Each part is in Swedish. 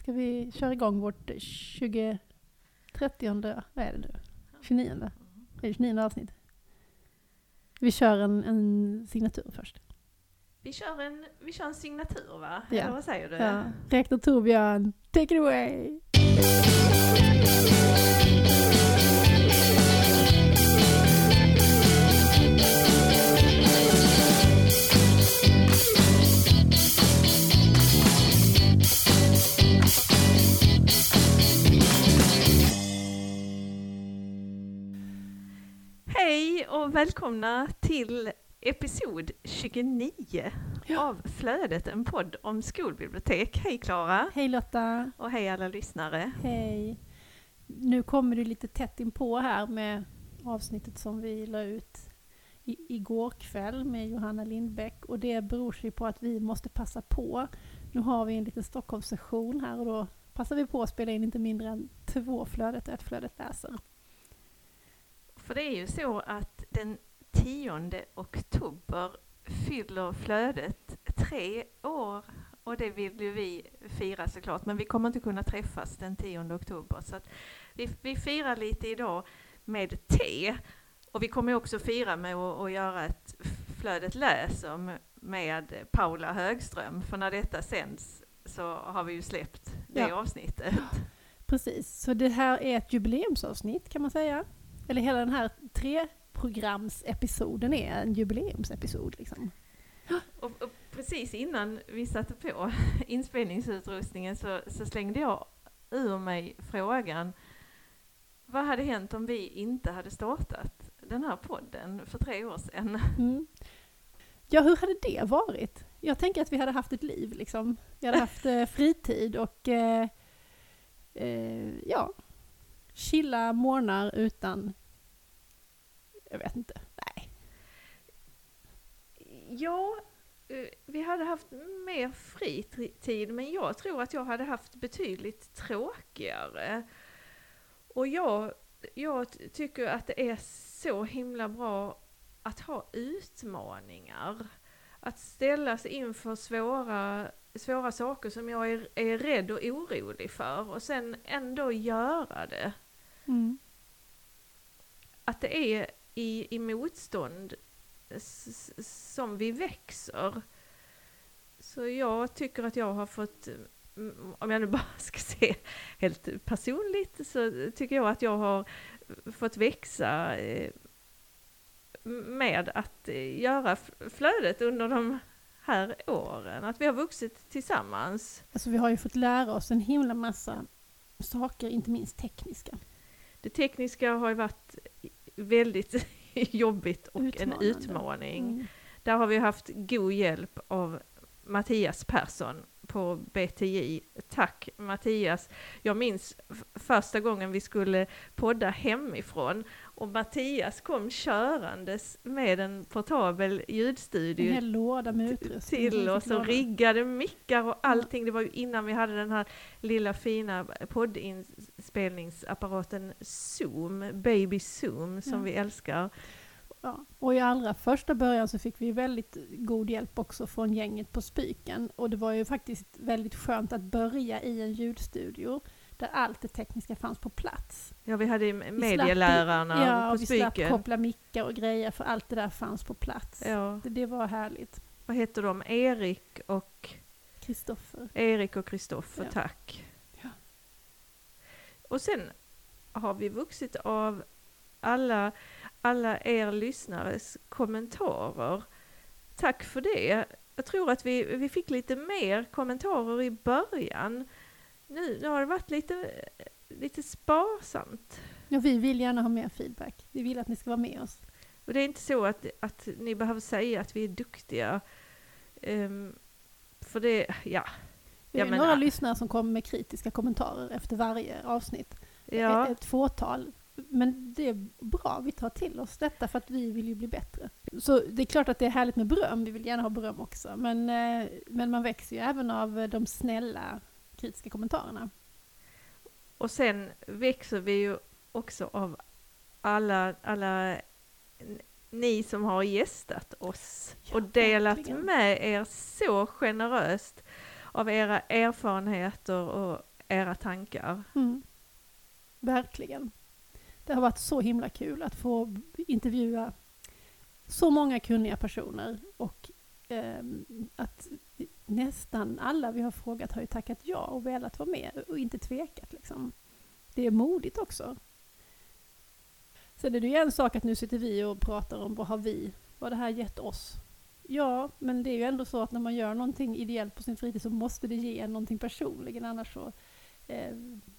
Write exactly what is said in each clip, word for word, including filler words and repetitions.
Ska vi köra igång vårt tjugo trettionde, vad är det nu? tjugonionde. Det är tjugonionde avsnitt. Vi kör en, en signatur först. Vi kör en, vi kör en signatur, va? Ja. Eller vad säger du? Ja. Rektor Torbjörn, take it away! Hej och välkomna till episod tjugonio Ja. av Flödet, en podd om skolbibliotek. Hej Klara! Hej Lotta! Och hej alla lyssnare! Hej! Nu kommer du lite tätt in på här med avsnittet som vi la ut i, igår kväll med Johanna Lindbäck. Och det beror sig på att vi måste passa på. Nu har vi en liten Stockholmssession här och då passar vi på att spela in inte mindre än två Flödet och ett Flödet läser. För det är ju så att den tionde oktober fyller Flödet tre år. Och det vill ju vi fira såklart. Men vi kommer inte kunna träffas den tionde oktober. Så att vi, vi firar lite idag med te. Och vi kommer också fira med att, att göra ett Flödet läser med Paula Högström. För när detta sänds så har vi ju släppt det Ja. avsnittet. Precis, så det här är ett jubileumsavsnitt kan man säga. Eller hela den här treprogramsepisoden är en jubileumsepisod liksom. Och, och precis innan vi satte på inspelningsutrustningen så, så slängde jag ur mig frågan: vad hade hänt om vi inte hade startat den här podden för tre år sedan? Mm. Ja, hur hade det varit? Jag tänker att vi hade haft ett liv liksom. Vi hade haft eh, fritid och eh, eh, ja, chilla morgnar utan, jag vet inte, nej. Ja, eh, vi hade haft mer fritid, men jag tror att jag hade haft betydligt tråkigare. Och jag, jag tycker att det är så himla bra att ha utmaningar. Att ställa sig inför svåra, svåra saker som jag är, är rädd och orolig för. Och sen ändå göra det. Mm. Att det är i, i motstånd s- s- som vi växer. Så jag tycker att jag har fått, mm, om jag nu bara ska se helt personligt, så tycker jag att jag har fått växa eh, med att eh, göra f- flödet under de här åren. Att vi har vuxit tillsammans. Alltså vi har ju fått lära oss en himla massa saker, inte minst tekniska. Det tekniska har ju varit väldigt jobbigt och Utmanande. en utmaning. Mm. Där har vi haft god hjälp av Mattias Persson på B T J. Tack Mattias. Jag minns f- första gången vi skulle podda hemifrån och Mattias kom körandes med en portabel En ljudstudio hel låda med utrustning. till oss och Låda. riggade mickar och allting. Det var ju innan vi hade den här lilla fina poddinspelningsapparaten Zoom, Baby Zoom, som Ja. vi älskar. Ja. Och i allra första början så fick vi väldigt god hjälp också från gänget på Spyken. Och det var ju faktiskt väldigt skönt att börja i en ljudstudio där allt det tekniska fanns på plats. Ja, vi hade Vi medielärarna slapp, ja, på och vi slapp Spyken. koppla mickar och grejer för allt det där fanns på plats. Ja. Det, det var härligt. Vad heter de? Erik och Kristoffer. Erik och Kristoffer, Ja. tack. Ja. Och sen har vi vuxit av alla, alla er lyssnares kommentarer. Tack för det. Jag tror att vi, vi fick lite mer kommentarer i början. Nu, nu har det varit lite, lite sparsamt. Ja, vi vill gärna ha mer feedback. Vi vill att ni ska vara med oss. Och det är inte så att, att ni behöver säga att vi är duktiga. Um, för det, ja. Vi Jag har menar- några lyssnare som kommer med kritiska kommentarer efter varje avsnitt. ja. Ett, ett fåtal. Men det är bra, vi tar till oss detta för att vi vill ju bli bättre. Så det är klart att det är härligt med beröm, vi vill gärna ha beröm också. Men, eh, men man växer ju även av de snälla kritiska kommentarerna. Och sen växer vi ju också av alla, alla ni som har gästat oss Ja, och delat verkligen. med er så generöst av era erfarenheter och era tankar. Mm. Verkligen. Det har varit så himla kul att få intervjua så många kunniga personer och eh, att nästan alla vi har frågat har ju tackat ja och velat vara med och inte tvekat. Liksom. Det är modigt också. Sen är det ju en sak att nu sitter vi och pratar om vad har vi, vad det här gett oss. Ja, men det är ju ändå så att när man gör någonting ideellt på sin fritid så måste det ge en någonting personligen, annars så eh,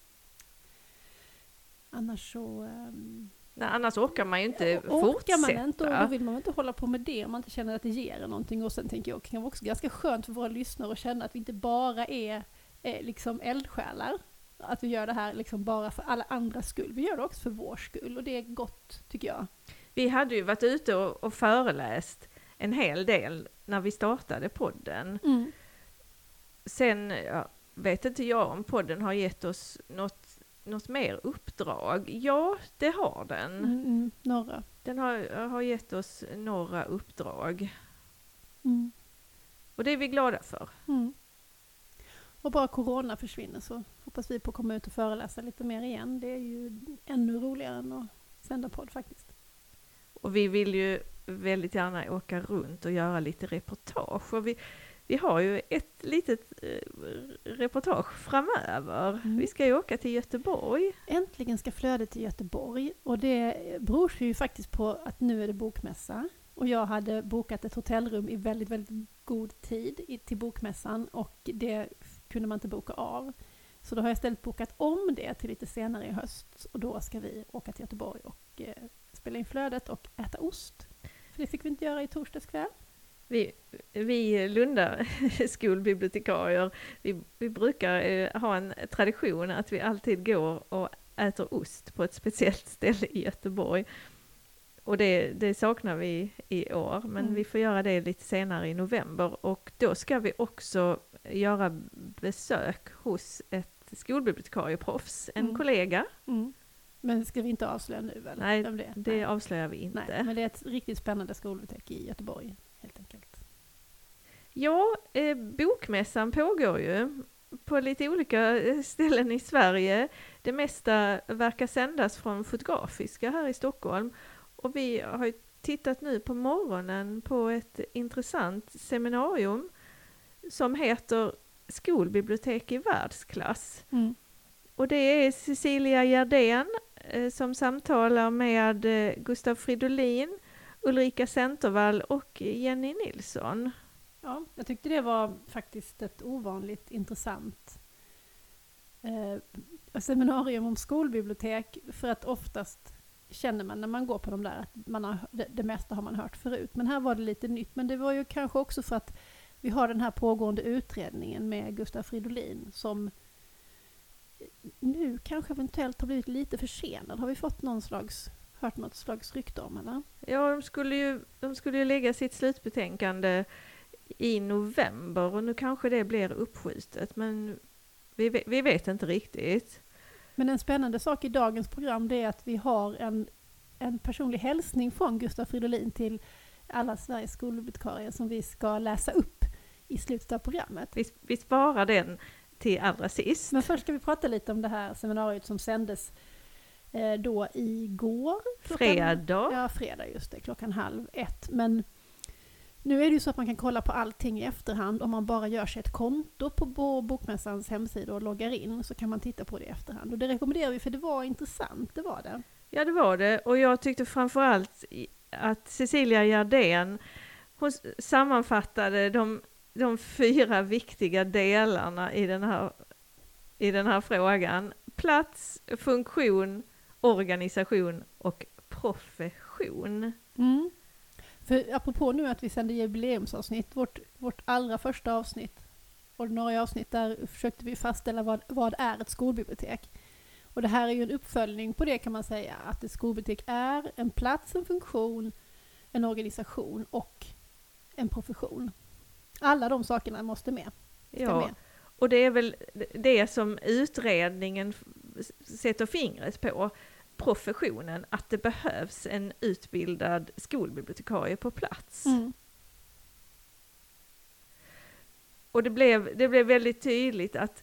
annars så eh, Nej, annars orkar man ju inte orkar fortsätta. Man inte, och då vill man inte hålla på med det om man inte känner att det ger en någonting. Och sen tänker jag, det kan vara också ganska skönt för våra lyssnare att känna att vi inte bara är eh, liksom eldsjälar. Att vi gör det här liksom bara för alla andras skull. Vi gör det också för vår skull och det är gott, tycker jag. Vi hade ju varit ute och, och föreläst en hel del när vi startade podden. Mm. Sen ja, vet inte jag om podden har gett oss något, något mer uppdrag. Ja, det har den. Mm, mm, några. Den har, har gett oss några uppdrag. Mm. Och det är vi glada för. Mm. Och bara corona försvinner så hoppas vi på att komma ut och föreläsa lite mer igen. Det är ju ännu roligare än att sända podd faktiskt. Och vi vill ju väldigt gärna åka runt och göra lite reportage. Och vi, vi har ju ett litet eh, reportage framöver. Mm. Vi ska ju åka till Göteborg. Äntligen ska flödet till Göteborg. Och det beror ju faktiskt på att nu är det bokmässa. Och jag hade bokat ett hotellrum i väldigt, väldigt god tid i, till bokmässan. Och det kunde man inte boka av. Så då har jag istället bokat om det till lite senare i höst. Och då ska vi åka till Göteborg och eh, spela in flödet och äta ost. För det fick vi inte göra i torsdags kväll. Vi, vi Lunda skolbibliotekarier, vi, vi brukar eh, ha en tradition att vi alltid går och äter ost på ett speciellt ställe i Göteborg. Och det, det saknar vi i år, men mm. vi får göra det lite senare i november. Och då ska vi också göra besök hos ett skolbibliotekarieproffs, en mm. kollega. Mm. Men ska vi inte avslöja nu väl? Nej, det, det Nej. avslöjar vi inte. Nej, men det är ett riktigt spännande skolbibliotek i Göteborg, helt enkelt. Ja, eh, bokmässan pågår ju på lite olika ställen i Sverige. Det mesta verkar sändas från Fotografiska här i Stockholm. Och vi har ju tittat nu på morgonen på ett intressant seminarium som heter Skolbibliotek i världsklass. Mm. Och det är Cecilia Gerdén eh, som samtalar med eh, Gustav Fridolin, Ulrika Centervall och Jenny Nilsson. Ja, jag tyckte det var faktiskt ett ovanligt intressant eh, seminarium om skolbibliotek, för att oftast känner man när man går på de där att man har, det, det mesta har man hört förut. Men här var det lite nytt, men det var ju kanske också för att vi har den här pågående utredningen med Gustav Fridolin som nu kanske eventuellt har blivit lite försenad. Har vi fått någon slags, hört något slags rykte om, eller? Ja, de skulle ju, de skulle ju lägga sitt slutbetänkande i november och nu kanske det blir uppskjutet, men vi, vi vet inte riktigt. Men en spännande sak i dagens program, det är att vi har en, en personlig hälsning från Gustav Fridolin till alla Sveriges skolbibliotekarier som vi ska läsa upp i slutet av programmet. Vi, vi sparar den till allra sist. Men först ska vi prata lite om det här seminariet som sändes eh, då igår. Klockan, fredag. Ja, fredag just det, klockan halv ett. Men nu är det ju så att man kan kolla på allting i efterhand. Om man bara gör sig ett konto på Bokmässans hemsida och loggar in, så kan man titta på det i efterhand. Och det rekommenderar vi, för det var intressant, det var det. Ja, det var det. Och jag tyckte framförallt att Cecilia Gerdén, hon sammanfattade de, de fyra viktiga delarna i den här, i den här frågan. Plats, funktion, organisation och profession. Mm. För apropå nu att vi sänder jubileumsavsnitt, vårt, vårt allra första avsnitt, ordinarie avsnitt, där försökte vi fastställa vad, vad är ett skolbibliotek. Och det här är ju en uppföljning på det, kan man säga, att ett skolbibliotek är en plats, en funktion, en organisation och en profession. Alla de sakerna måste med. Ja, med. Och det är väl det som utredningen sätter fingret på. Professionen, att det behövs en utbildad skolbibliotekarie på plats. Mm. Och det blev, det blev väldigt tydligt att,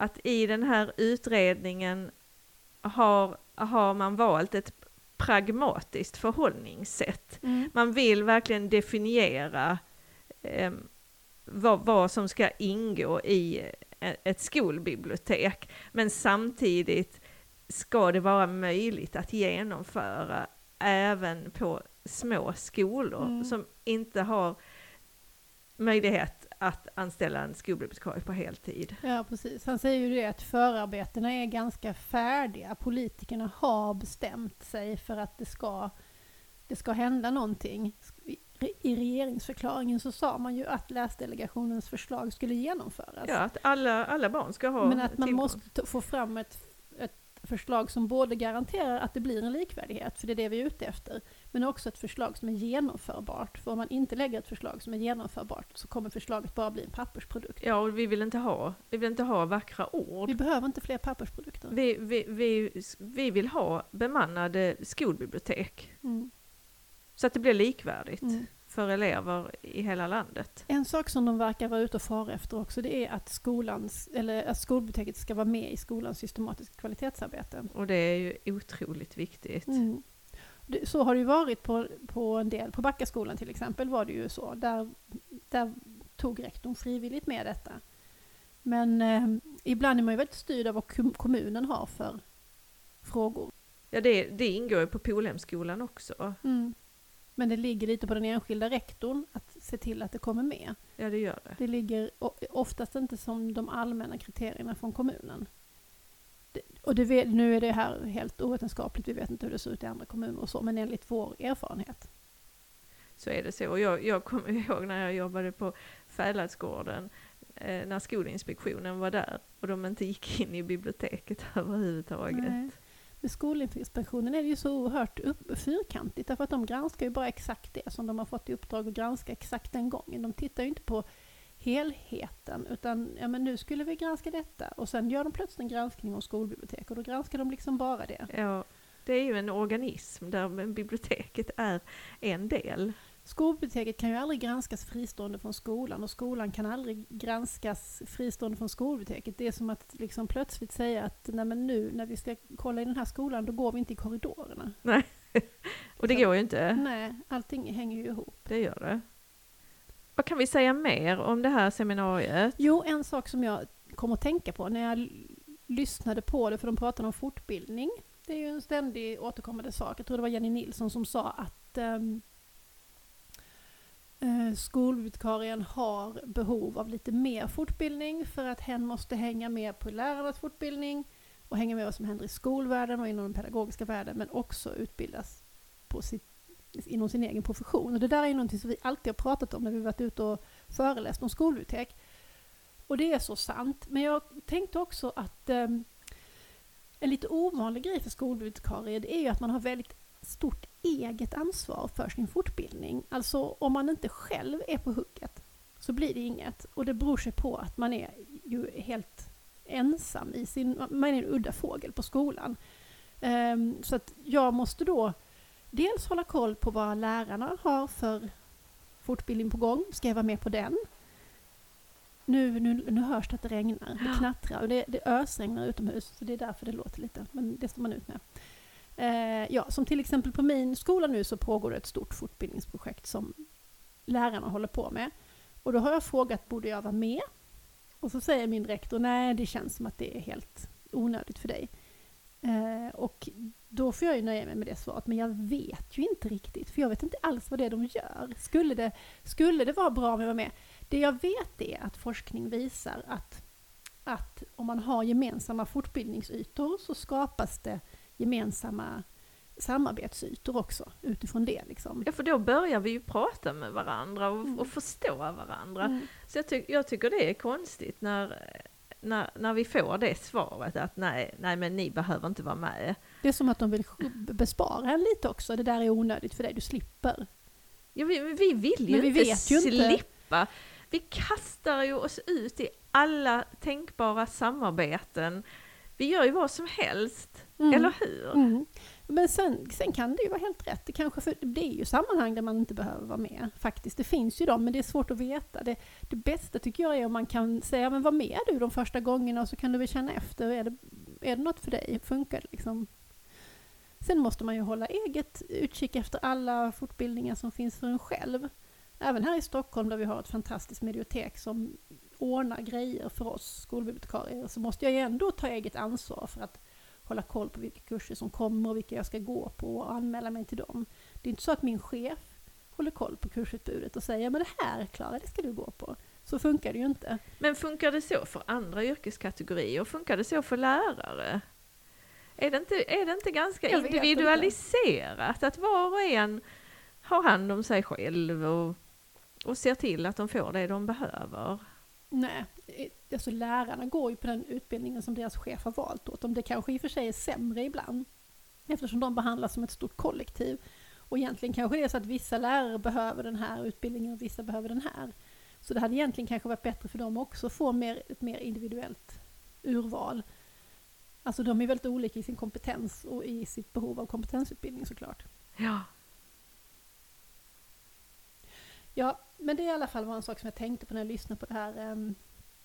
att i den här utredningen har, har man valt ett pragmatiskt förhållningssätt. Mm. Man vill verkligen definiera eh, vad, vad som ska ingå i ett skolbibliotek, men samtidigt ska det vara möjligt att genomföra även på små skolor mm. som inte har möjlighet att anställa en skolbibliotekarie på heltid. Ja, precis. Han säger ju det att förarbetena är ganska färdiga. Politikerna har bestämt sig för att det ska, det ska hända någonting. I regeringsförklaringen så sa man ju att läsdelegationens förslag skulle genomföras. Ja, att alla, alla barn ska ha Men att man tillgång. måste t- få fram ett, ett förslag som både garanterar att det blir en likvärdighet, för det är det vi är ute efter, men också ett förslag som är genomförbart. För om man inte lägger ett förslag som är genomförbart så kommer förslaget bara bli en pappersprodukt. Ja, och vi vill inte ha, vi vill inte ha vackra ord. Vi behöver inte fler pappersprodukter. Vi, vi, vi, vi vill ha bemannade skolbibliotek. Mm. Så att det blir likvärdigt mm. för elever i hela landet. En sak som de verkar vara ute och fara efter också, det är att, skolans, eller att skolbiblioteket ska vara med i skolans systematiska kvalitetsarbete. Och det är ju otroligt viktigt. Mm. Det, så har det ju varit på, på en del, på Backaskolan till exempel var det ju så. Där, där tog rektorn frivilligt med detta. Men eh, ibland är man ju väldigt styrd av vad kommunen har för frågor. Ja, det, det ingår ju på Polhemskolan också. Mm. Men det ligger lite på den enskilda rektorn att se till att det kommer med. Ja, det gör det. Det ligger oftast inte som de allmänna kriterierna från kommunen. Det, och det vet, nu är det här helt ovetenskapligt, vi vet inte hur det ser ut i andra kommuner och så, men enligt vår erfarenhet. Så är det så. Jag, jag kommer ihåg när jag jobbade på Fäladsgården, eh, när Skolinspektionen var där och de inte gick in i biblioteket överhuvudtaget. Nej. Med Skolinspektionen är det ju så oerhört upp, fyrkantigt, därför att de granskar ju bara exakt det som de har fått i uppdrag att granska exakt den gången. De tittar ju inte på helheten, utan ja, men nu skulle vi granska detta, och sen gör de plötsligt en granskning om skolbibliotek och då granskar de liksom bara det. Ja, det är ju en organism där biblioteket är en del. Skolbiblioteket kan ju aldrig granskas fristående från skolan, och skolan kan aldrig granskas fristående från skolbiblioteket. Det är som att liksom plötsligt säga att nej, men nu när vi ska kolla i den här skolan, då går vi inte i korridorerna. Nej, och det Så, går ju inte. Nej, allting hänger ju ihop. Det gör det. Vad kan vi säga mer om det här seminariet? Jo, en sak som jag kom att tänka på när jag l- lyssnade på det, för de pratade om fortbildning. Det är ju en ständig återkommande sak. Jag tror det var Jenny Nilsson som sa att um, uh, skolbibliotekarien har behov av lite mer fortbildning, för att hen måste hänga med på lärarnas fortbildning och hänga med vad som händer i skolvärlden och inom den pedagogiska världen, men också utbildas på sitt inom sin egen profession. Och det där är ju någonting som vi alltid har pratat om när vi varit ute och föreläst om skolbibliotek. Och det är så sant. Men jag tänkte också att um, en lite ovanlig grej för skolbibliotekarier är ju att man har väldigt stort eget ansvar för sin fortbildning. Alltså om man inte själv är på hugget så blir det inget. Och det beror sig på att man är ju helt ensam i sin, man är en udda fågel på skolan. Um, så att jag måste då dels hålla koll på vad lärarna har för fortbildning på gång. Ska jag vara med på den? Nu, nu, nu hörs det att det regnar. Det knattrar och det, det ösregnar utomhus. Så det är därför det låter lite. Men det står man ut med. Eh, ja, som till exempel på min skola nu så pågår det ett stort fortbildningsprojekt som lärarna håller på med. Och då har jag frågat, borde jag vara med? Och så säger min rektor, nej det känns som att det är helt onödigt för dig. Eh, och då får jag ju nöja mig med det svaret, men jag vet ju inte riktigt, för jag vet inte alls vad det är de gör. Skulle det, skulle det vara bra om jag var med? Det jag vet är att forskning visar att, att om man har gemensamma fortbildningsytor så skapas det gemensamma samarbetsytor också utifrån det. Liksom. Ja, för då börjar vi ju prata med varandra och, mm. och förstå varandra. Mm. Så jag, ty- jag tycker det är konstigt när... När, när vi får det svaret att nej, nej, men ni behöver inte vara med. Det är som att de vill bespara en lite också. Det där är onödigt för dig, du slipper. Ja, vi, vi vill ju men vi inte vet ju slippa. Inte. Vi kastar ju oss ut i alla tänkbara samarbeten vi gör ju vad som helst, Mm. eller hur? Mm. Men sen, sen kan det ju vara helt rätt. Det, kanske för, det är ju sammanhang där man inte behöver vara med. Faktiskt, det finns ju dem, men det är svårt att veta. Det, det bästa tycker jag är om man kan säga, men var med du de första gångerna och så kan du väl känna efter. Är det, är det något för dig? Funkar det liksom? Sen måste man ju hålla eget utkik efter alla fortbildningar som finns för en själv. Även här i Stockholm där vi har ett fantastiskt mediotek som ordnar grejer för oss skolbibliotekarier, så måste jag ju ändå ta eget ansvar för att hålla koll på vilka kurser som kommer och vilka jag ska gå på och anmäla mig till dem. Det är inte så att min chef håller koll på kursutbudet och säger, men det här Klara, det ska du gå på. Så funkar det ju inte. Men funkar det så för andra yrkeskategorier? Funkar det så för lärare? Är det inte, är det inte ganska Jag vet individualiserat att var och en har hand om sig själv och, och ser till att de får det de behöver? Nej, alltså lärarna går ju på den utbildningen som deras chef har valt åt dem. Det kanske i och för sig är sämre ibland, eftersom de behandlas som ett stort kollektiv. Och egentligen kanske det är så att vissa lärare behöver den här utbildningen och vissa behöver den här. Så det hade egentligen kanske varit bättre för dem också att få mer, ett mer individuellt urval. Alltså de är väldigt olika i sin kompetens och i sitt behov av kompetensutbildning såklart. Ja. Ja, men det är i alla fall var en sak som jag tänkte på när jag lyssnade på det här um,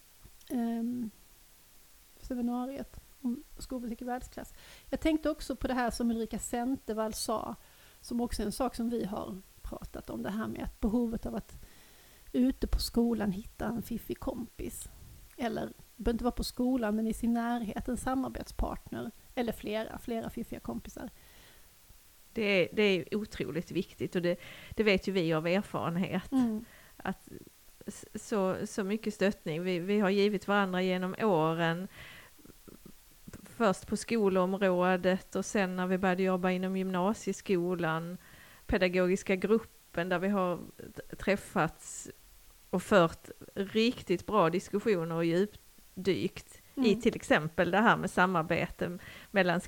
um, seminariet om skolbibliotek i världsklass. Jag tänkte också på det här som Ulrika Centervall sa, som också är en sak som vi har pratat om, det här med att behovet av att ute på skolan hitta en fiffig kompis. Eller, det behöver inte vara på skolan, men i sin närhet, en samarbetspartner. Eller flera, flera fiffiga kompisar. Det är, det är otroligt viktigt och det, det vet ju vi av erfarenhet. Mm. Att så, så mycket stöttning. Vi, vi har givit varandra genom åren. Först på skolområdet och sen när vi började jobba inom gymnasieskolan. Pedagogiska gruppen där vi har träffats och fört riktigt bra diskussioner och djupdykt mm. i till exempel det här med samarbete mellan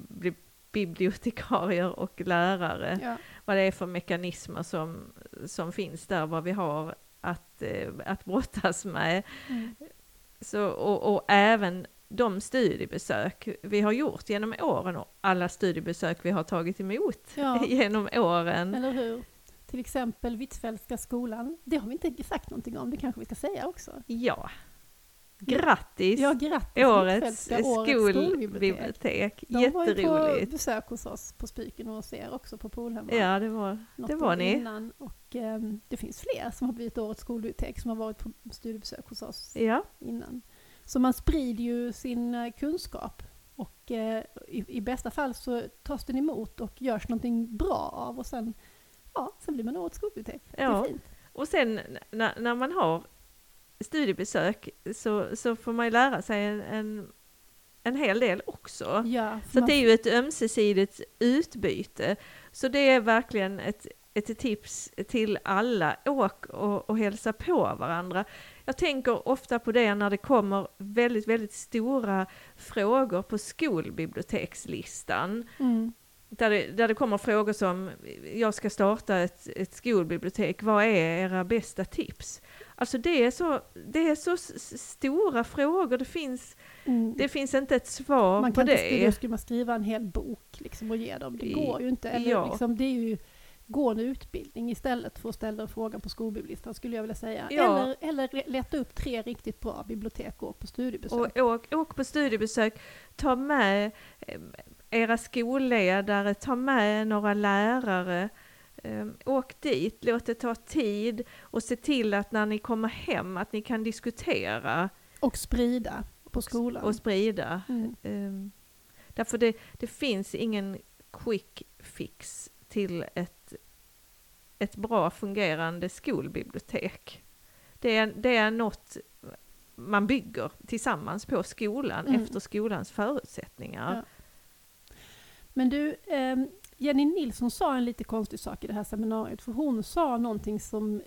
skolbibliotekarier och lärare. Ja. Vad det är för mekanismer som, som finns där, vad vi har att, att brottas med. Mm. Så, och, och även de studiebesök vi har gjort genom åren och alla studiebesök vi har tagit emot ja. genom åren. Eller hur? Till exempel Hvitfeldtska skolan. Det har vi inte sagt någonting om, det kanske vi ska säga också. Ja. Grattis! Ja, grattis årets, årets skolbibliotek. De Jätteroligt. var ju på besök hos oss på Spiken och hos er också på Polhemma. Ja, det var, det var ni. Innan. Och um, det finns fler som har blivit årets skolbibliotek som har varit på studiebesök hos oss ja. innan. Så man sprider ju sin uh, kunskap. Och uh, i, i bästa fall så tas den emot och görs någonting bra av. Och sen, ja, sen blir man årets skolbibliotek. Ja. Det är fint. Och sen när, när man har studiebesök så, så får man ju lära sig en, en, en hel del också. Ja, så man... det är ju ett ömsesidigt utbyte. Så det är verkligen ett, ett tips till alla. Åk och, och hälsa på varandra. Jag tänker ofta på det när det kommer väldigt, väldigt stora frågor på skolbibliotekslistan. Mm. Där det, där det kommer frågor som, jag ska starta ett, ett skolbibliotek, vad är era bästa tips? Alltså det är så, det är så stora frågor, det finns, mm. det finns inte ett svar man på kan det. Inte skriva, skulle man skriva en hel bok liksom och ge dem, det går ju inte. Eller ja. liksom, det är ju gå en utbildning istället för att ställa frågan på skolbiblioteket skulle jag vilja säga. Ja. Eller, eller leta upp tre riktigt bra bibliotek och åk på studiebesök. Och åk, åk på studiebesök, ta med era skolledare, ta med några lärare, um, åk dit, låt det ta tid och se till att när ni kommer hem att ni kan diskutera. Och sprida på skolan. Och sprida. Mm. Um, därför det, det finns ingen quick fix till ett, ett bra fungerande skolbibliotek. Det är, det är något man bygger tillsammans på skolan mm. efter skolans förutsättningar. Ja. Men du, eh, Jenny Nilsson sa en lite konstig sak i det här seminariet. För hon sa någonting som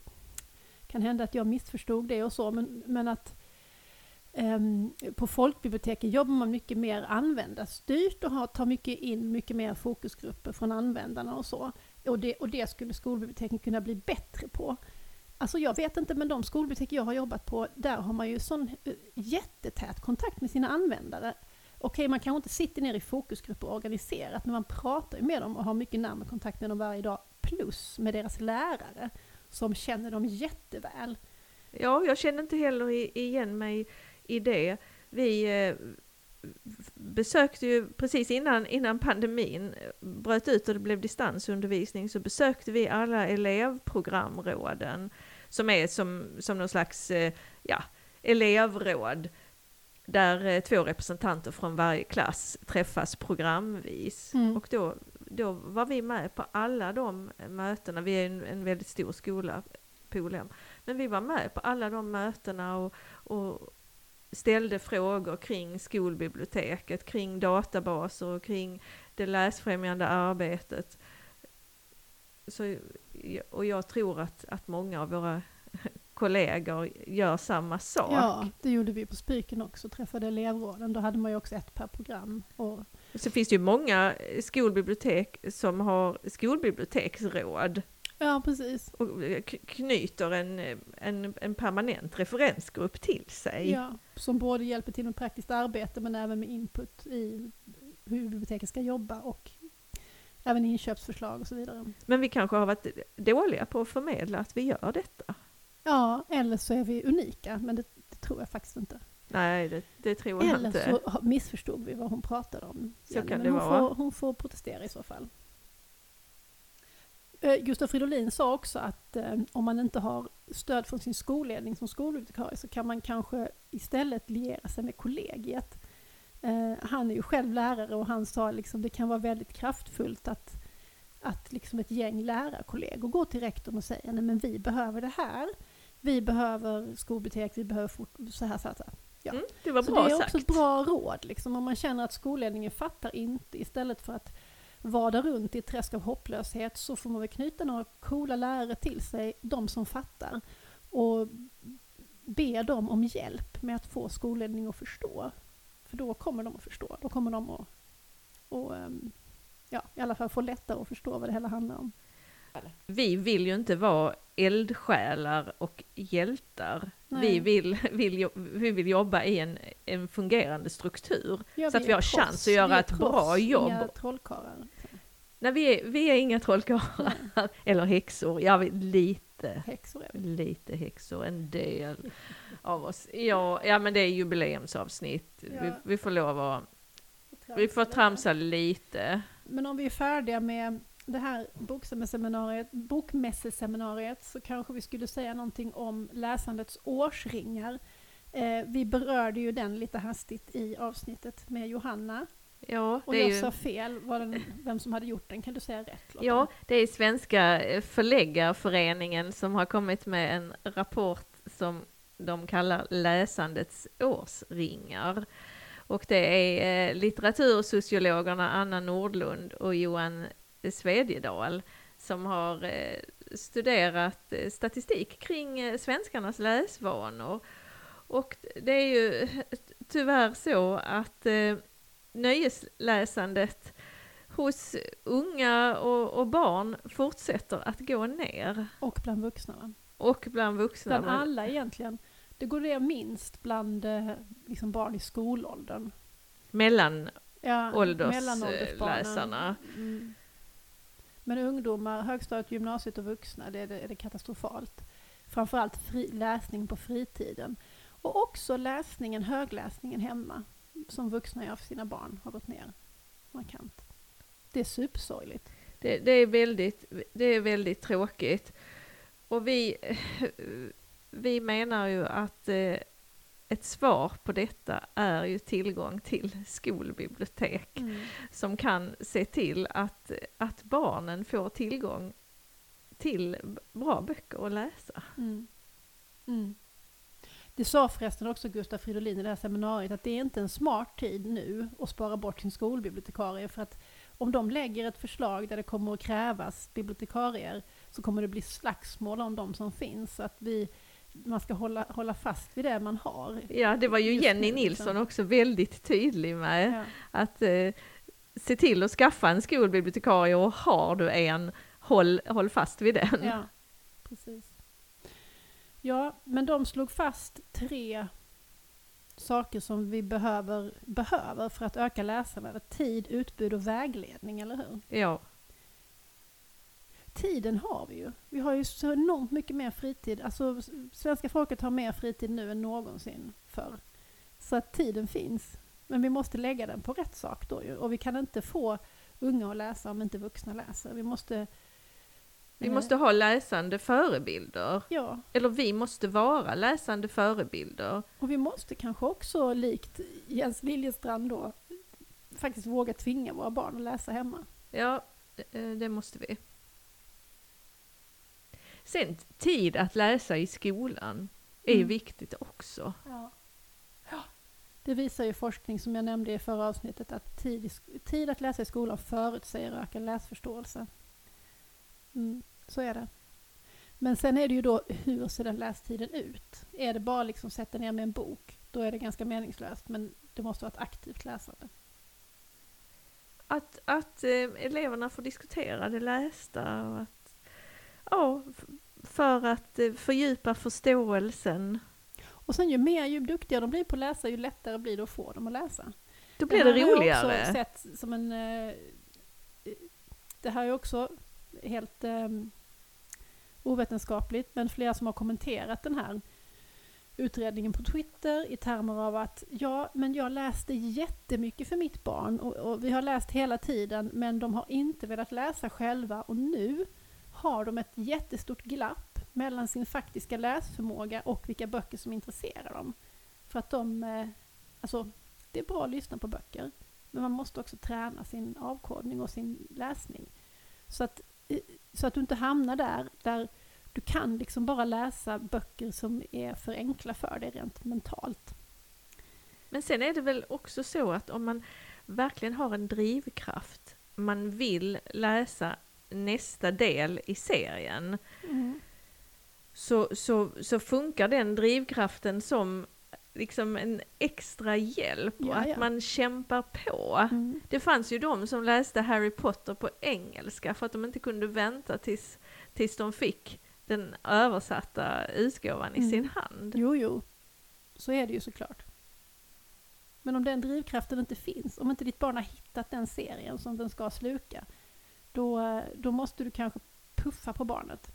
kan hända att jag missförstod det och så. Men, men att eh, på folkbiblioteken jobbar man mycket mer användarstyrt och har, tar mycket in mycket mer fokusgrupper från användarna och så. Och det, och det skulle skolbiblioteken kunna bli bättre på. Alltså jag vet inte, men de skolbibliotek jag har jobbat på, där har man ju sån jättetät kontakt med sina användare. okej, man kanske inte sitter ner i fokusgrupper organiserat, men man pratar ju med dem och har mycket närmare kontakt med dem varje dag, plus med deras lärare som känner dem jätteväl. Ja, jag känner inte heller igen mig i det. Vi eh, besökte ju precis innan, innan pandemin bröt ut och det blev distansundervisning, så besökte vi alla elevprogramråden som är som, som någon slags eh, ja, elevråd där eh, två representanter från varje klass träffas programvis. Mm. Och då, då var vi med på alla de mötena. Vi är en, en väldigt stor skola, Polhem. Men vi var med på alla de mötena och, och ställde frågor kring skolbiblioteket, kring databaser och kring det läsfrämjande arbetet. Så, och jag tror att, att många av våra kollegor gör samma sak. Ja, det gjorde vi på Spyken också, träffade elevråden. Då hade man ju också ett per program. Och så finns det ju många skolbibliotek som har skolbiblioteksråd. Ja, precis. Och knyter en, en, en permanent referensgrupp till sig. Ja, som både hjälper till med praktiskt arbete men även med input i hur biblioteket ska jobba och även inköpsförslag och så vidare. Men vi kanske har varit dåliga på att förmedla att vi gör detta. Ja, eller så är vi unika, men det, det tror jag faktiskt inte. Nej, det, det tror jag eller inte. Eller så missförstod vi vad hon pratade om. Så kan men det hon vara. Får, hon får protestera i så fall. Gustav Fridolin sa också att eh, om man inte har stöd från sin skolledning som skolbibliotekarie så kan man kanske istället liera sig med kollegiet. Eh, han är ju själv lärare och han sa liksom det kan vara väldigt kraftfullt att, att liksom ett gäng lärarkollegor går till rektorn och säger nej men vi behöver det här, vi behöver skolbibliotek, vi behöver fort, så här så här. Så, här. Ja. Mm, det var så bra det är sagt. också ett bra råd liksom, om man känner att skolledningen fattar inte, istället för att vada runt i ett träsk av hopplöshet så får man väl knyta några coola lärare till sig, de som fattar, och be dem om hjälp med att få skolledning att förstå. För då kommer de att förstå. Då kommer de att och, ja, i alla fall få lättare att förstå vad det hela handlar om. Vi vill ju inte vara eldsjälar och hjältar. Vi vill, vill, vi vill jobba i en, en fungerande struktur. Ja, så att vi har proffs, chans att göra ett proffs, bra jobb. Inga trollkarlar. Nej, vi är, vi är inga trollkarlar. Eller häxor. Ja, vi, lite. Häxor är vi. Lite häxor, en del av oss. Ja, ja men det är jubileumsavsnitt. Ja. Vi, vi får lov att vi får tramsa lite. Men om vi är färdiga med det här bokmässeseminariet, bokmässeseminariet så kanske vi skulle säga någonting om läsandets årsringar. Eh, vi berörde ju den lite hastigt i avsnittet med Johanna. Ja, och det jag är ju... sa fel var den, vem som hade gjort den. Kan du säga rätt, Lotta? Ja, det är Svenska förläggarföreningen som har kommit med en rapport som de kallar läsandets årsringar. Och det är eh, litteratursociologerna Anna Nordlund och Johan Svedjedal som har eh, studerat eh, statistik kring eh, svenskarnas läsvanor. Och det är ju tyvärr så att eh, nöjesläsandet hos unga och, och barn fortsätter att gå ner. Och bland vuxna, va? Och bland vuxna. Bland alla egentligen. Det går det minst bland liksom barn i skolåldern. Mellan ja, åldersläsarna. Mm. Men ungdomar, högstadiet, gymnasiet och vuxna, det är det, är det katastrofalt. Framförallt fri, läsning på fritiden. Och också läsningen, högläsningen hemma, som vuxna gör för sina barn, har gått ner markant. Det är supersorgligt. Det, det, är väldigt, det är väldigt tråkigt. Och vi, vi menar ju att eh, ett svar på detta är ju tillgång till skolbibliotek mm. som kan se till att, att barnen får tillgång till bra böcker att läsa. Mm. Mm. Det sa förresten också Gustav Fridolin i det här seminariet att det är inte en smart tid nu att spara bort sin skolbibliotekarie, för att om de lägger ett förslag där det kommer att krävas bibliotekarier så kommer det bli slagsmål om de som finns, så att vi man ska hålla, hålla fast vid det man har. Ja, det var ju Jenny nu, Nilsson liksom. Också väldigt tydlig med ja. att eh, se till att skaffa en skolbibliotekarie, och har du en, håll, håll fast vid den. Ja, precis. Ja, men de slog fast tre saker som vi behöver, behöver för att öka läsandet. Tid, utbud och vägledning, eller hur? Ja. Tiden har vi ju. Vi har ju så enormt mycket mer fritid. Alltså svenska folket har mer fritid nu än någonsin förr. Så att tiden finns. Men vi måste lägga den på rätt sak då ju. Och vi kan inte få unga att läsa om inte vuxna läser. Vi måste... Vi måste ha läsande förebilder. Ja. Eller vi måste vara läsande förebilder. Och vi måste kanske också, likt Jens Liljestrand då, faktiskt våga tvinga våra barn att läsa hemma. Ja, det måste vi. Sen tid att läsa i skolan är Mm. viktigt också. Ja. Ja. Det visar ju forskning som jag nämnde i förra avsnittet att tid, i sk- tid att läsa i skolan förutsäger ökad läsförståelse. Mm, så är det. Men sen är det ju då, hur ser den lästiden ut? Är det bara liksom sätta ner med en bok, då är det ganska meningslöst. Men det måste vara ett aktivt läsande. Att, att eh, eleverna får diskutera det lästa. Och att, ja, f- för att eh, fördjupa förståelsen. Och sen ju mer, ju duktigare de blir på att läsa, ju lättare blir det att få dem att läsa. Då blir det, här har jag roligare. också sett som en... eh, Det här är också helt eh, ovetenskapligt, men flera som har kommenterat den här utredningen på Twitter i termer av att ja, men jag läste jättemycket för mitt barn och, och vi har läst hela tiden, men de har inte velat läsa själva och nu har de ett jättestort glapp mellan sin faktiska läsförmåga och vilka böcker som intresserar dem. För att de, eh, alltså det är bra att lyssna på böcker, men man måste också träna sin avkodning och sin läsning. Så att, så att du inte hamnar där, där du kan liksom bara läsa böcker som är för enkla för dig rent mentalt. Men sen är det väl också så att om man verkligen har en drivkraft, man vill läsa nästa del i serien, Mm. så, så, så funkar den drivkraften som liksom en extra hjälp och Ja, att ja. man kämpar på. Mm. Det fanns ju de som läste Harry Potter på engelska för att de inte kunde vänta tills, tills de fick den översatta utgåvan i Mm. sin hand. Jo, jo. Så är det ju såklart. Men om den drivkraften inte finns, om inte ditt barn har hittat den serien som den ska sluka, då, då måste du kanske puffa på barnet.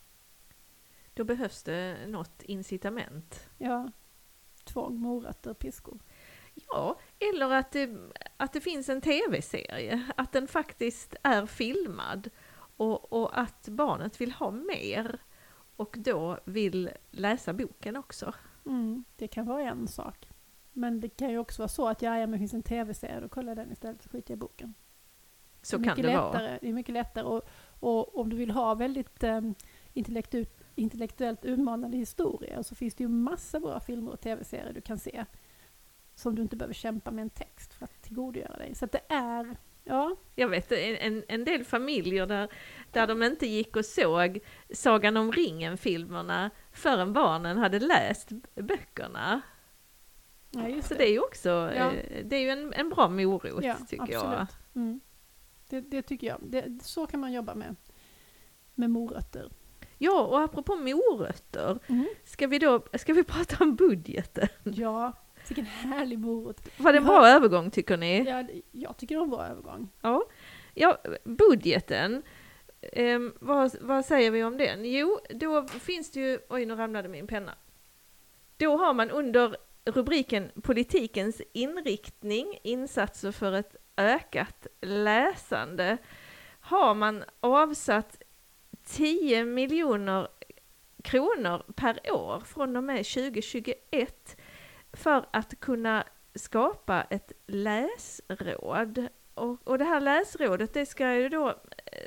Då behövs det något incitament. Ja, tvång, morötter, piskor. Ja, eller att det, att det finns en tv-serie, att den faktiskt är filmad och, och att barnet vill ha mer och då vill läsa boken också. Mm, det kan vara en sak. Men det kan ju också vara så att ja, ja, men det finns en tv-serie, då kollar jag den istället så skiter jag i boken. Så det kan det lättare, vara. Det är mycket lättare och, och om du vill ha väldigt um, intellektu- intellektuellt utmanande historier så finns det ju massa bra filmer och tv-serier du kan se som du inte behöver kämpa med en text för att tillgodogöra dig. Så att det är, ja. Jag vet en, en del familjer där, där de inte gick och såg Sagan om ringen-filmerna förrän barnen hade läst böckerna. Ja, just Så det. det är ju också Ja. det är ju en, en bra morot, Ja, tycker absolut. jag. Mm. Det, det tycker jag. Det, så kan man jobba med, med morötter. Ja, och apropå morötter, Mm. ska vi då ska vi prata om budgeten? Ja, vilken härlig morot. Var det en Ja. bra övergång, tycker ni? Ja, jag tycker det var en bra övergång. Ja, ja budgeten. Ehm, vad, vad säger vi om den? Jo, då finns det ju... Oj, nu ramlade min penna. Då har man under rubriken politikens inriktning, insatser för ett ökat läsande, har man avsatt tio miljoner kronor per år från och med tjugo tjugoett för att kunna skapa ett läsråd. Och, och det här läsrådet, det ska ju då eh,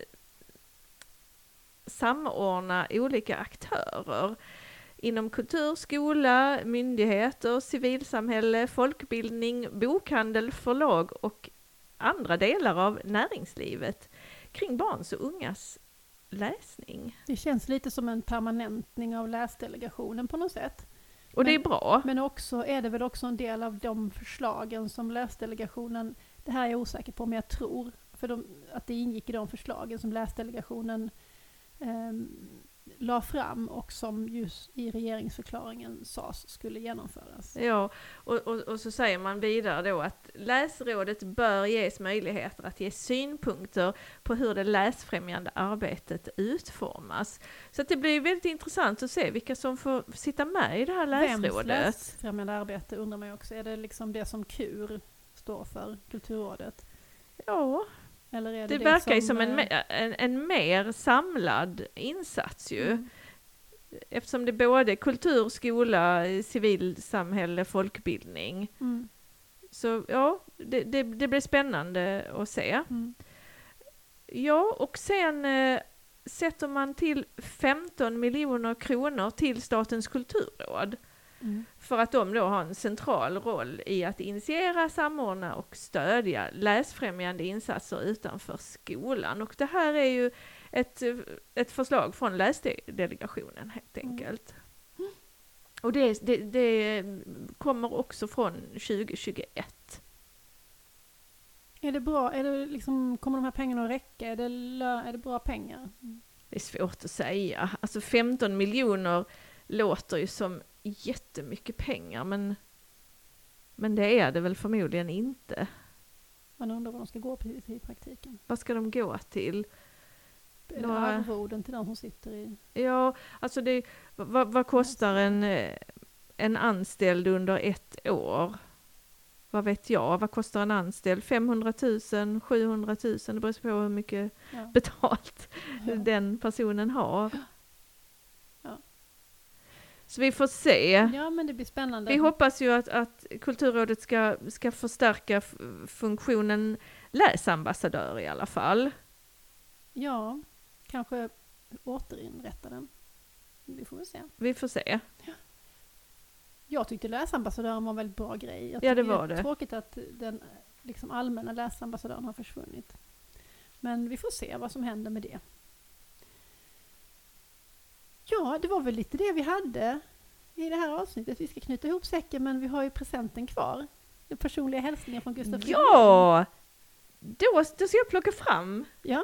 samordna olika aktörer inom kultur, skola, myndigheter, civilsamhälle, folkbildning, bokhandel, förlag och andra delar av näringslivet kring barns och ungas läsning. Det känns lite som en permanentning av läsdelegationen på något sätt. Och Men- det är bra. Men också är det väl också en del av de förslagen som läsdelegationen, det här är jag osäker på, men jag tror för de, att det ingick i de förslagen som läsdelegationen eh, la fram och som just i regeringsförklaringen sades skulle genomföras. Ja, och, och, och så säger man vidare då att läsrådet bör ges möjligheter att ge synpunkter på hur det läsfrämjande arbetet utformas. Så att det blir väldigt intressant att se vilka som får sitta med i det här läsrådet. Vems läsfrämjande arbete undrar man ju också. Är det liksom det som K U R står för, Kulturrådet? Ja, Eller är det det, det verkar ju som, som en, en, en mer samlad insats ju. Mm. Eftersom det är både kultur, skola, civilsamhälle, folkbildning. Mm. Så ja, det, det, det blir spännande att se. Mm. Ja, och sen eh, sätter man till femton miljoner kronor till Statens kulturråd. Mm. För att de då har en central roll i att initiera, samordna och stödja läsfrämjande insatser utanför skolan. Och det här är ju ett, ett förslag från läsdelegationen helt enkelt. Mm. Och det, det, det kommer också från tjugo tjugoett. Är det bra? Är det liksom, kommer de här pengarna att räcka? Är det, lö- är det bra pengar? Det är svårt att säga. Alltså femton miljoner låter ju som jättemycket pengar, men, men det är det väl förmodligen inte. Man undrar vad de ska gå till i praktiken. Vad ska de gå till? Är det Några- arvoden till de som sitter i... Ja, alltså det, vad, vad kostar en, eh, en anställd under ett år? Vad vet jag? Vad kostar en anställd? femhundratusen, sjuhundratusen? Det beror på hur mycket Ja. betalt Ja. den personen har. Ja. Så vi får se. Ja, men det blir spännande. Vi hoppas ju att, att Kulturrådet ska, ska förstärka f- funktionen läsambassadör i alla fall. Ja, kanske återinrätta den. Vi får väl se. Vi får se. Jag tyckte läsambassadören var en väldigt bra grej. Jag Ja, det tycker var är det. tråkigt att den liksom allmänna läsambassadören har försvunnit. Men vi får se vad som händer med det. Ja, det var väl lite det vi hade i det här avsnittet. Vi ska knyta ihop säcken, men vi har ju presenten kvar. Den personliga hälsningen från Gustaf Fridolin. Ja! Då, då ska jag plocka fram. Ja.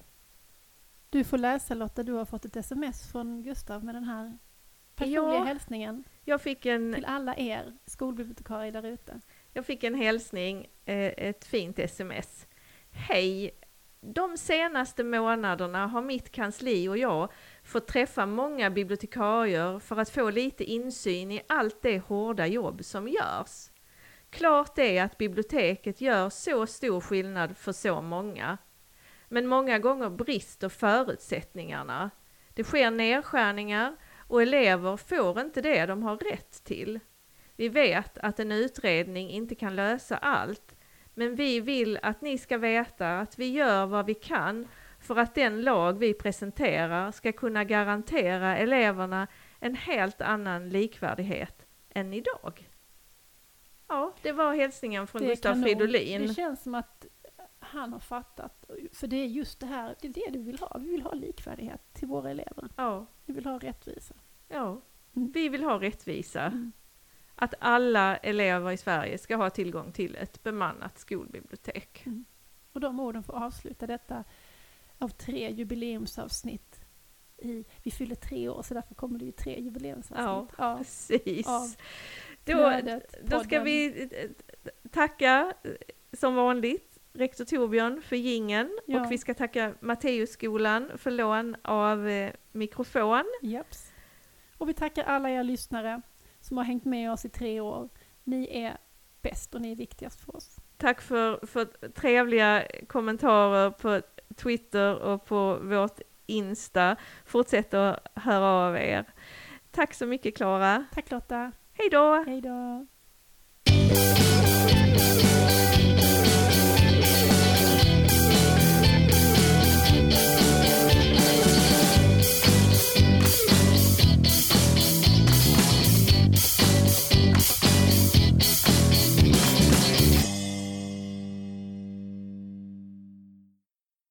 Du får läsa, Lotta. Du har fått ett sms från Gustav med den här personliga Ja. hälsningen Jag fick en, till alla er skolbibliotekarier där ute. jag fick en hälsning, eh, ett fint sms. Hej! De senaste månaderna har mitt kansli och jag fått träffa många bibliotekarier för att få lite insyn i allt det hårda jobb som görs. Klart är att biblioteket gör så stor skillnad för så många. Men många gånger brister förutsättningarna. Det sker nedskärningar och elever får inte det de har rätt till. Vi vet att en utredning inte kan lösa allt, men vi vill att ni ska veta att vi gör vad vi kan för att den lag vi presenterar ska kunna garantera eleverna en helt annan likvärdighet än idag. Ja, det var hälsningen från Det är Gustaf kanon. Fridolin. Det känns som att han har fattat. För det är just det här, det är det du vill ha. Vi vill ha likvärdighet till våra elever. Ja, Vi vill ha rättvisa. ja. Mm. Vi vill ha rättvisa. Mm. Att alla elever i Sverige ska ha tillgång till ett bemannat skolbibliotek. Mm. Och de orden får avsluta detta av tre jubileumsavsnitt. I, vi fyller tre år, så därför kommer det ju tre jubileumsavsnitt. Ja, precis. av Då, Flödet, då ska podden. vi eh, tacka eh, som vanligt rektor Torbjörn för jingeln, Ja. och vi ska tacka Matteusskolan för lån av eh, mikrofon. Japs. Och vi tackar alla er lyssnare som har hängt med oss i tre år. Ni är bäst och ni är viktigast för oss. Tack för, för trevliga kommentarer på Twitter och på vårt Insta. Fortsätt att höra av er. Tack så mycket, Klara. Tack Lotta. Hej då! Hej då.